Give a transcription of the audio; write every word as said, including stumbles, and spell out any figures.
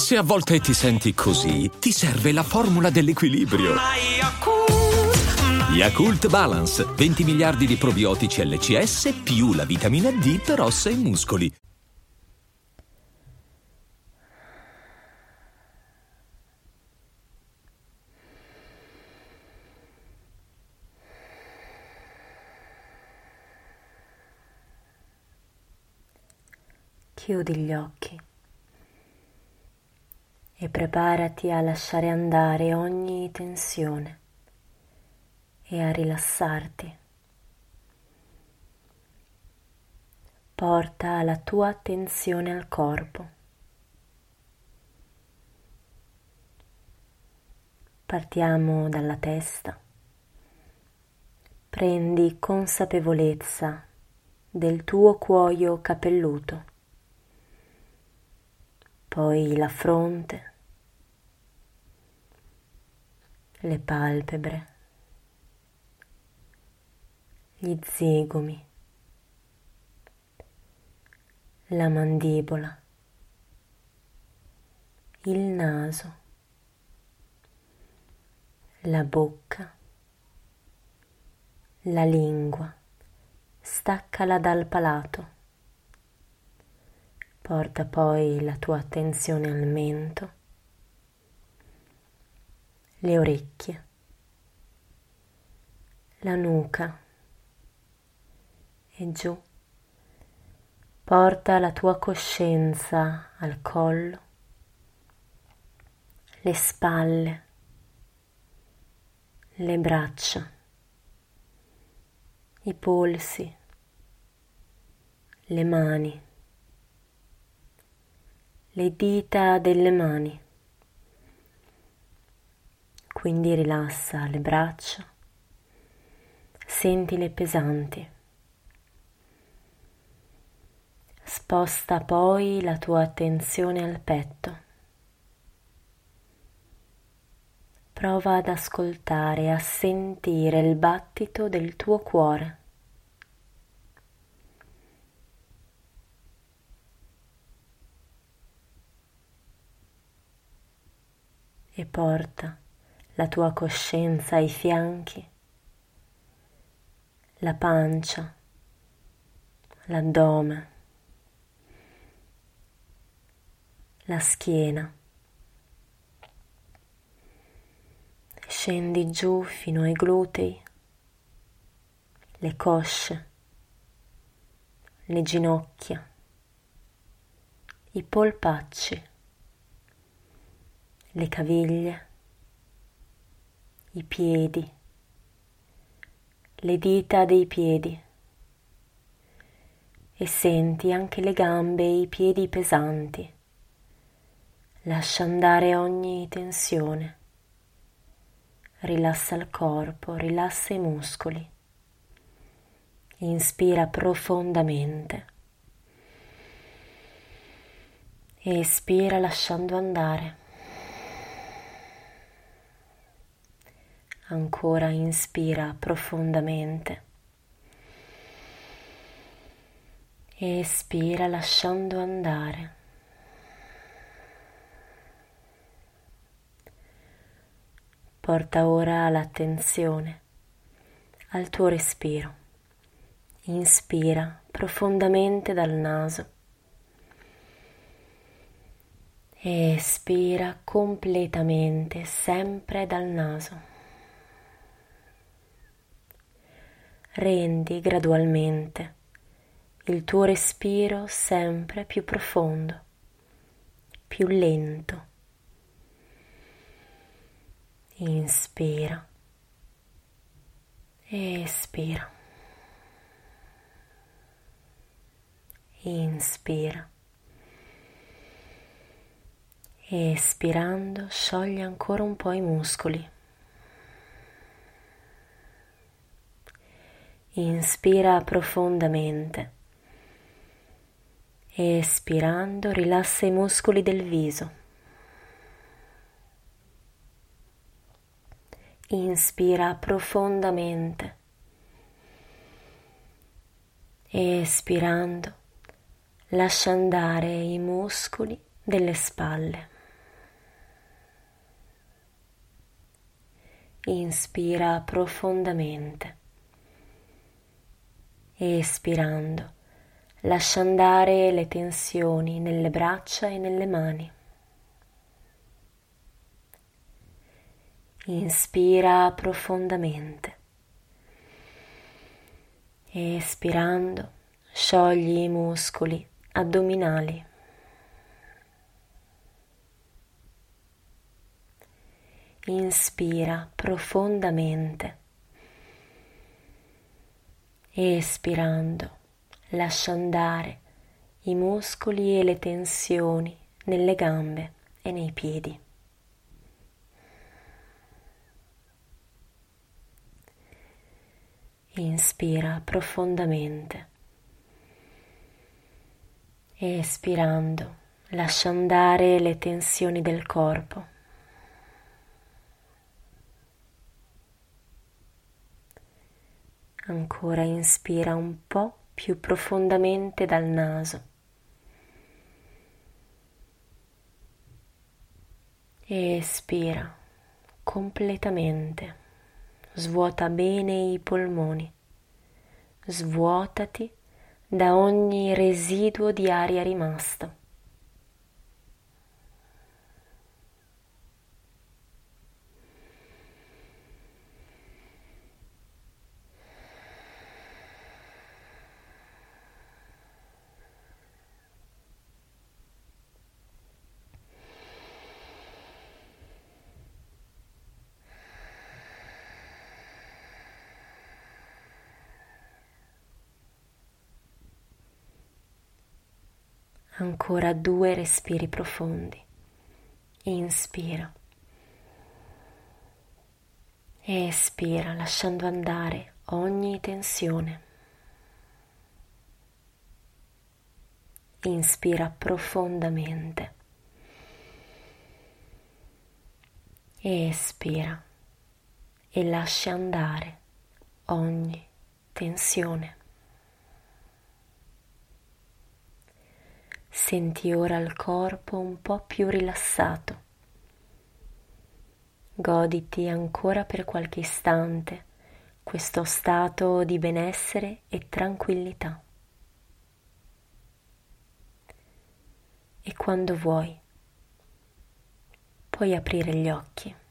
Se a volte ti senti così, ti serve la formula dell'equilibrio. Yakult Balance, venti miliardi di probiotici L C S più la vitamina D per ossa e muscoli. Chiudi gli occhi e preparati a lasciare andare ogni tensione e a rilassarti. Porta la tua attenzione al corpo. Partiamo dalla testa. Prendi consapevolezza del tuo cuoio capelluto. Poi la fronte, le palpebre, gli zigomi, la mandibola, il naso, la bocca, la lingua, staccala dal palato. Porta poi la tua attenzione al mento, le orecchie, la nuca e giù. Porta la tua coscienza al collo, le spalle, le braccia, i polsi, le mani, le dita delle mani. Quindi rilassa le braccia, sentile pesanti. Sposta poi la tua attenzione al petto. Prova ad ascoltare, a sentire il battito del tuo cuore. E porta la tua coscienza ai fianchi, la pancia, l'addome, la schiena. Scendi giù fino ai glutei, le cosce, le ginocchia, i polpacci, le caviglie, i piedi, le dita dei piedi e senti anche le gambe e i piedi pesanti. Lascia andare ogni tensione, rilassa il corpo, rilassa i muscoli, inspira profondamente e espira lasciando andare. Ancora inspira profondamente e espira lasciando andare. Porta ora l'attenzione al tuo respiro. Inspira profondamente dal naso e espira completamente, sempre dal naso. Rendi gradualmente il tuo respiro sempre più profondo, più lento. Inspira e espira. Inspira. E espirando sciogli ancora un po' i muscoli. Inspira profondamente e espirando rilassa i muscoli del viso. Inspira profondamente e espirando lascia andare i muscoli delle spalle. inspira profondamente. Espirando, lascia andare le tensioni nelle braccia e nelle mani. Inspira profondamente. Espirando, sciogli i muscoli addominali. Inspira profondamente. Espirando, lascia andare i muscoli e le tensioni nelle gambe e nei piedi. Inspira profondamente. Espirando, lascia andare le tensioni del corpo. Ancora inspira un po' più profondamente dal naso. Espira completamente. Svuota bene i polmoni. Svuotati da ogni residuo di aria rimasto. Ancora due respiri profondi. Inspira. Espira, lasciando andare ogni tensione. Inspira profondamente. Espira e lascia andare ogni tensione. Senti ora il corpo un po' più rilassato. Goditi ancora per qualche istante questo stato di benessere e tranquillità. E quando vuoi, puoi aprire gli occhi.